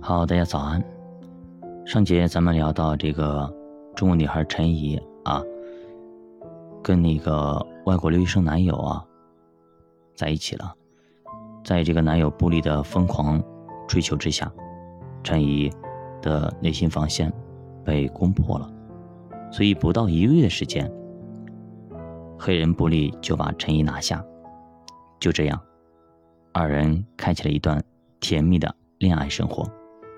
好，大家早安。上节咱们聊到这个中国女孩陈怡啊，跟那个外国留学生男友啊在一起了。在这个男友布利的疯狂追求之下，陈怡的内心防线被攻破了，所以不到1个月的时间，黑人布利就把陈怡拿下。就这样，二人开启了一段甜蜜的恋爱生活。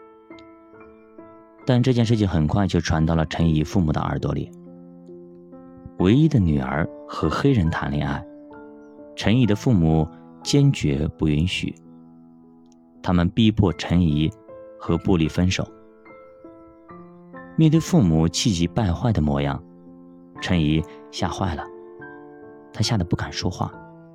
但这件事情很快就传到了陈怡父母的耳朵里。唯一的女儿和黑人谈恋爱，陈怡的父母坚决不允许，他们逼迫陈怡和布利分手。面对父母气急败坏的模样，陈怡吓坏了，她吓得不敢说话。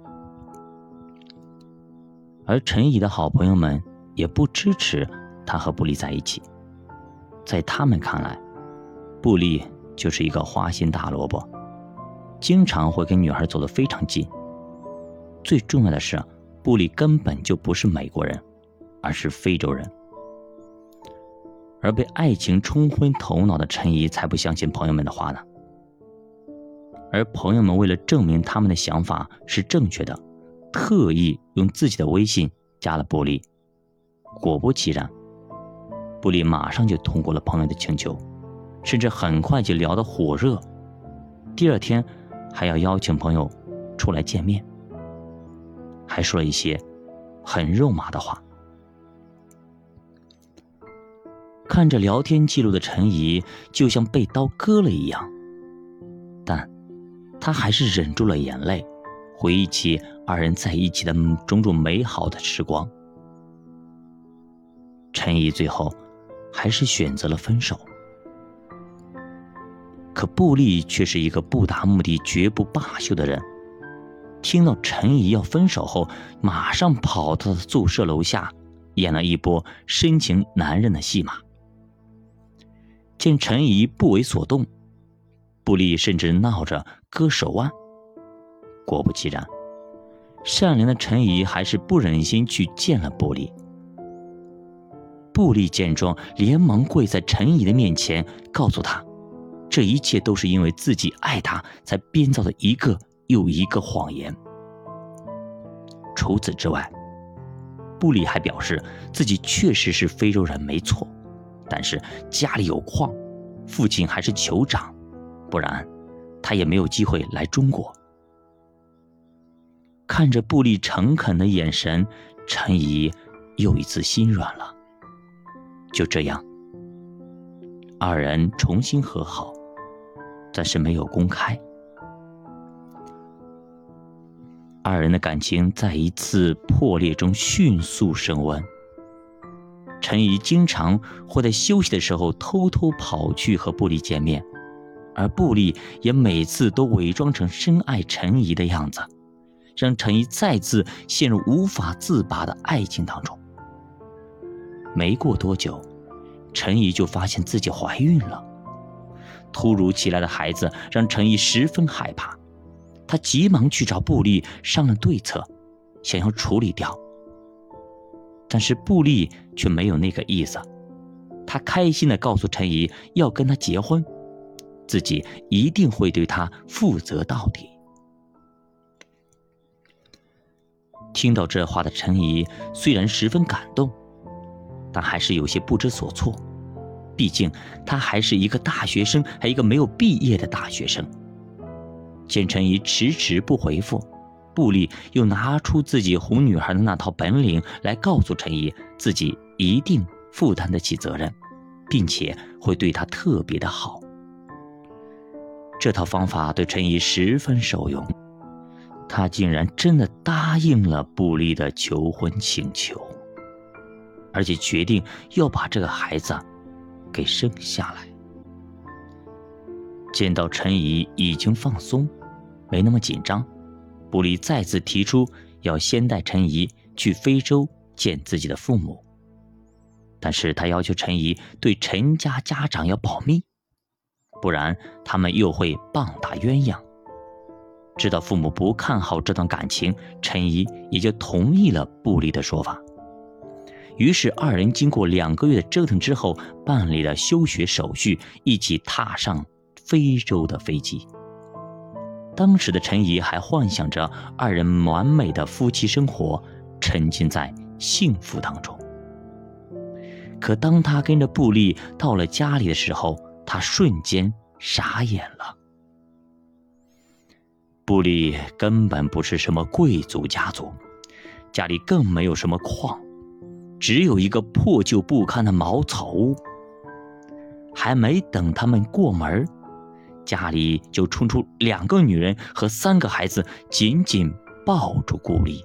而陈怡的好朋友们也不支持她和布利在一起，在他们看来，布利就是一个花心大萝卜，经常会跟女孩走得非常近。最重要的是，布利根本就不是美国人，而是非洲人。而被爱情冲昏头脑的陈怡才不相信朋友们的话呢。而朋友们为了证明他们的想法是正确的，特意用自己的微信加了布利。果不其然，布利马上就通过了朋友的请求，甚至很快就聊得火热。第二天还要邀请朋友出来见面，还说了一些很肉麻的话。看着聊天记录的陈怡就像被刀割了一样，但他还是忍住了眼泪，回忆起二人在一起的种种美好的时光。陈怡最后还是选择了分手。可布利却是一个不达目的绝不罢休的人，听到陈怡要分手后，马上跑到宿舍楼下演了一波深情男人的戏码。见陈怡不为所动，布利甚至闹着割手腕。果不其然，善良的陈怡还是不忍心去见了布利。布利见状，连忙跪在陈怡的面前，告诉他，这一切都是因为自己爱他才编造的一个又一个谎言。除此之外，布利还表示自己确实是非洲人没错，但是家里有矿，父亲还是酋长，不然他也没有机会来中国。看着布利诚恳的眼神，陈怡又一次心软了。就这样，二人重新和好，但是没有公开。二人的感情在一次破裂中迅速升温。陈怡经常会在休息的时候偷偷跑去和布利见面，而布利也每次都伪装成深爱陈怡的样子，让陈怡再次陷入无法自拔的爱情当中。没过多久，陈怡就发现自己怀孕了。突如其来的孩子让陈怡十分害怕，她急忙去找布利商量对策，想要处理掉。但是布利却没有那个意思，他开心地告诉陈怡要跟他结婚，自己一定会对他负责到底。听到这话的陈怡虽然十分感动，但还是有些不知所措，毕竟他还是一个大学生，还一个没有毕业的大学生。见陈怡迟迟不回复，布利又拿出自己哄女孩的那套本领来告诉陈怡，自己一定负担得起责任，并且会对她特别的好。这套方法对陈怡十分受用，她竟然真的答应了布利的求婚请求，而且决定要把这个孩子给生下来。见到陈怡已经放松，没那么紧张，布利再次提出要先带陈怡去非洲见自己的父母，但是他要求陈怡对陈家家长要保密，不然他们又会棒打鸳鸯。知道父母不看好这段感情，陈怡也就同意了布利的说法。 于是二人经过2个月的折腾之后，办理了休学手续，一起踏上非洲的飞机。当时的陈怡还幻想着2人完美的夫妻生活，沉浸在幸福当中。可当他跟着布利到了家里的时候，他瞬间傻眼了。布利根本不是什么贵族家族，家里更没有什么矿，只有一个破旧不堪的茅草屋。还没等他们过门，家里就冲出2个女人和3个孩子，紧紧抱住顾丽。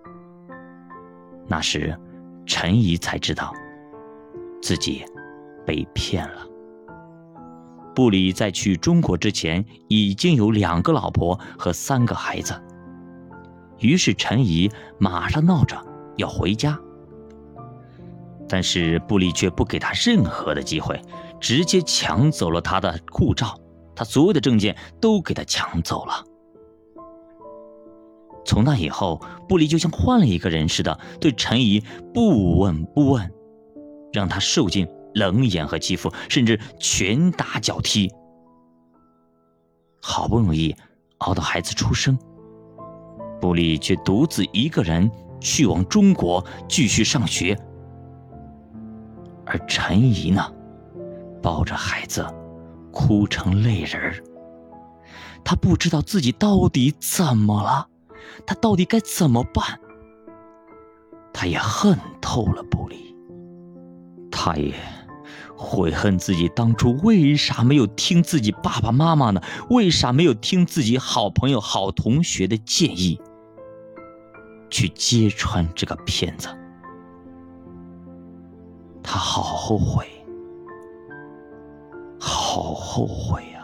那时陈怡才知道自己被骗了。布里在去中国之前已经有2个老婆和3个孩子，于是陈怡马上闹着要回家。但是布里却不给他任何的机会，直接抢走了他的护照，他所有的证件都给他抢走了。从那以后，布里就像换了一个人似的，对陈怡不闻不问，让他受尽冷眼和欺负，甚至拳打脚踢。好不容易熬到孩子出生，布里却独自一个人去往中国继续上学。而陈怡呢，抱着孩子哭成泪人儿。他不知道自己到底怎么了，他到底该怎么办？他也恨透了布里，他也悔恨自己当初为啥没有听自己爸爸妈妈呢？为啥没有听自己好朋友好同学的建议，去揭穿这个骗子？他好后悔，好后悔啊！